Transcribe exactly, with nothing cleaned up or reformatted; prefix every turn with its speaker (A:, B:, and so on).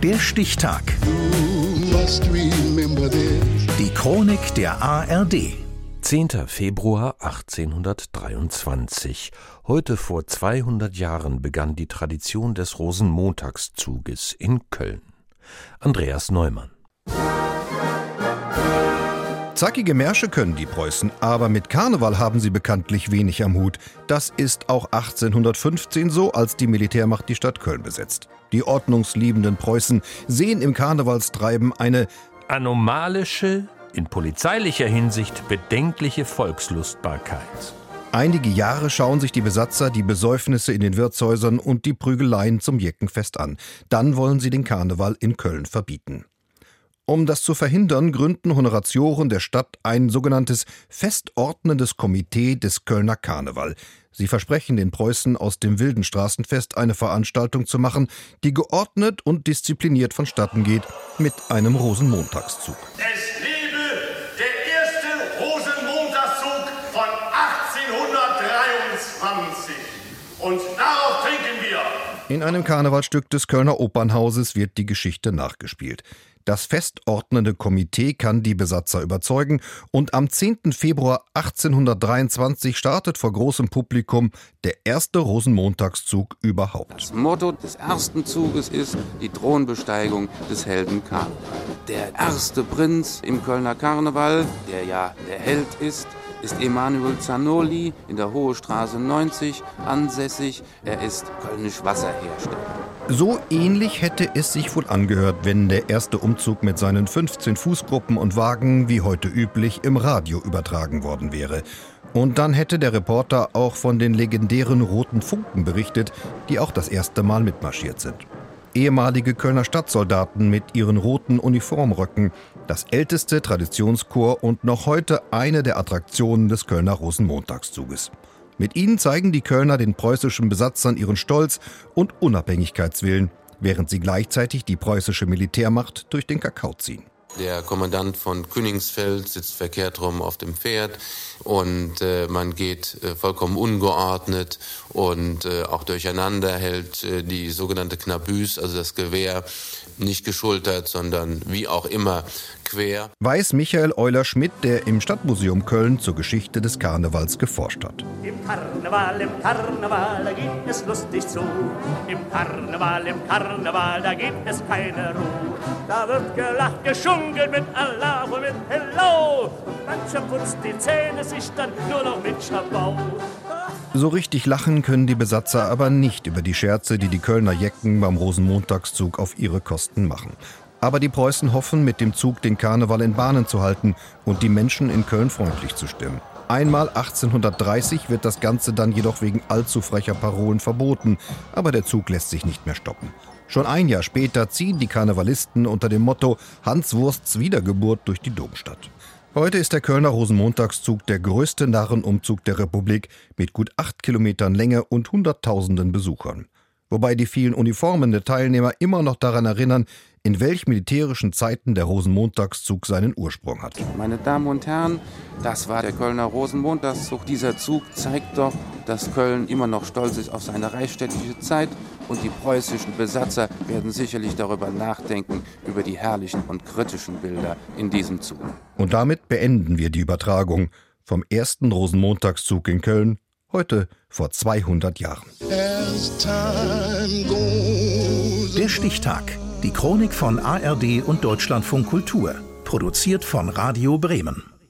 A: Der Stichtag. Die Chronik der A R D.
B: zehnter Februar achtzehnhundertdreiundzwanzig. Heute vor zweihundert Jahren begann die Tradition des Rosenmontagszuges in Köln. Andreas Neumann.
C: Zackige Märsche können die Preußen, aber mit Karneval haben sie bekanntlich wenig am Hut. Das ist auch achtzehnhundertfünfzehn so, als die Militärmacht die Stadt Köln besetzt. Die ordnungsliebenden Preußen sehen im Karnevalstreiben eine
B: anomalische, in polizeilicher Hinsicht bedenkliche Volkslustbarkeit.
C: Einige Jahre schauen sich die Besatzer die Besäufnisse in den Wirtshäusern und die Prügeleien zum Jeckenfest an. Dann wollen sie den Karneval in Köln verbieten. Um das zu verhindern, gründen Honoratioren der Stadt ein sogenanntes festordnendes Komitee des Kölner Karneval. Sie versprechen den Preußen aus dem wilden Straßenfest eine Veranstaltung zu machen, die geordnet und diszipliniert vonstatten geht, mit einem Rosenmontagszug.
D: Es lebe der erste Rosenmontagszug von achtzehnhundertdreiundzwanzig. Und darauf trinken wir.
C: In einem Karnevalstück des Kölner Opernhauses wird die Geschichte nachgespielt. Das festordnende Komitee kann die Besatzer überzeugen und am zehnten Februar achtzehnhundertdreiundzwanzig startet vor großem Publikum der erste Rosenmontagszug überhaupt.
E: Das Motto des ersten Zuges ist die Thronbesteigung des Helden Karneval. Der erste Prinz im Kölner Karneval, der ja der Held ist, ist Emanuel Zanoli in der Hohe Straße neunzig ansässig. Er ist kölnisch Wasserhersteller.
C: So ähnlich hätte es sich wohl angehört, wenn der erste Umzug mit seinen fünfzehn Fußgruppen und Wagen wie heute üblich im Radio übertragen worden wäre. Und dann hätte der Reporter auch von den legendären Roten Funken berichtet, die auch das erste Mal mitmarschiert sind. Ehemalige Kölner Stadtsoldaten mit ihren roten Uniformröcken, das älteste Traditionskorps und noch heute eine der Attraktionen des Kölner Rosenmontagszuges. Mit ihnen zeigen die Kölner den preußischen Besatzern ihren Stolz und Unabhängigkeitswillen, während sie gleichzeitig die preußische Militärmacht durch den Kakao ziehen.
E: Der Kommandant von Königsfeld sitzt verkehrt rum auf dem Pferd und äh, man geht äh, vollkommen ungeordnet und äh, auch durcheinander, hält äh, die sogenannte Knabüs, also das Gewehr, nicht geschultert, sondern wie auch immer quer.
C: Weiß Michael Euler-Schmidt, der im Stadtmuseum Köln zur Geschichte des Karnevals geforscht hat.
F: Im Karneval, im Karneval, da geht es lustig zu. Im Karneval, im Karneval, da geht es keine Ruhe. Da wird gelacht, geschunkelt mit Allah und mit Hello. Und mancher putzt die Zähne sich dann nur noch mit Schabau.
C: So richtig lachen können die Besatzer aber nicht über die Scherze, die die Kölner Jecken beim Rosenmontagszug auf ihre Kosten machen. Aber die Preußen hoffen, mit dem Zug den Karneval in Bahnen zu halten und die Menschen in Köln freundlich zu stimmen. Einmal achtzehnhundertdreißig wird das Ganze dann jedoch wegen allzu frecher Parolen verboten, aber der Zug lässt sich nicht mehr stoppen. Schon ein Jahr später ziehen die Karnevalisten unter dem Motto Hans Wursts Wiedergeburt durch die Domstadt. Heute ist der Kölner Rosenmontagszug der größte Narrenumzug der Republik mit gut acht Kilometern Länge und hunderttausenden Besuchern. Wobei die vielen Uniformen der Teilnehmer immer noch daran erinnern, in welch militärischen Zeiten der Rosenmontagszug seinen Ursprung hat.
E: Meine Damen und Herren, das war der Kölner Rosenmontagszug. Dieser Zug zeigt doch, dass Köln immer noch stolz ist auf seine reichsstädtische Zeit und die preußischen Besatzer werden sicherlich darüber nachdenken, über die herrlichen und kritischen Bilder in diesem Zug.
C: Und damit beenden wir die Übertragung vom ersten Rosenmontagszug in Köln, heute vor zweihundert Jahren.
A: Der Stichtag. Die Chronik von A R D und Deutschlandfunk Kultur. Produziert von Radio Bremen.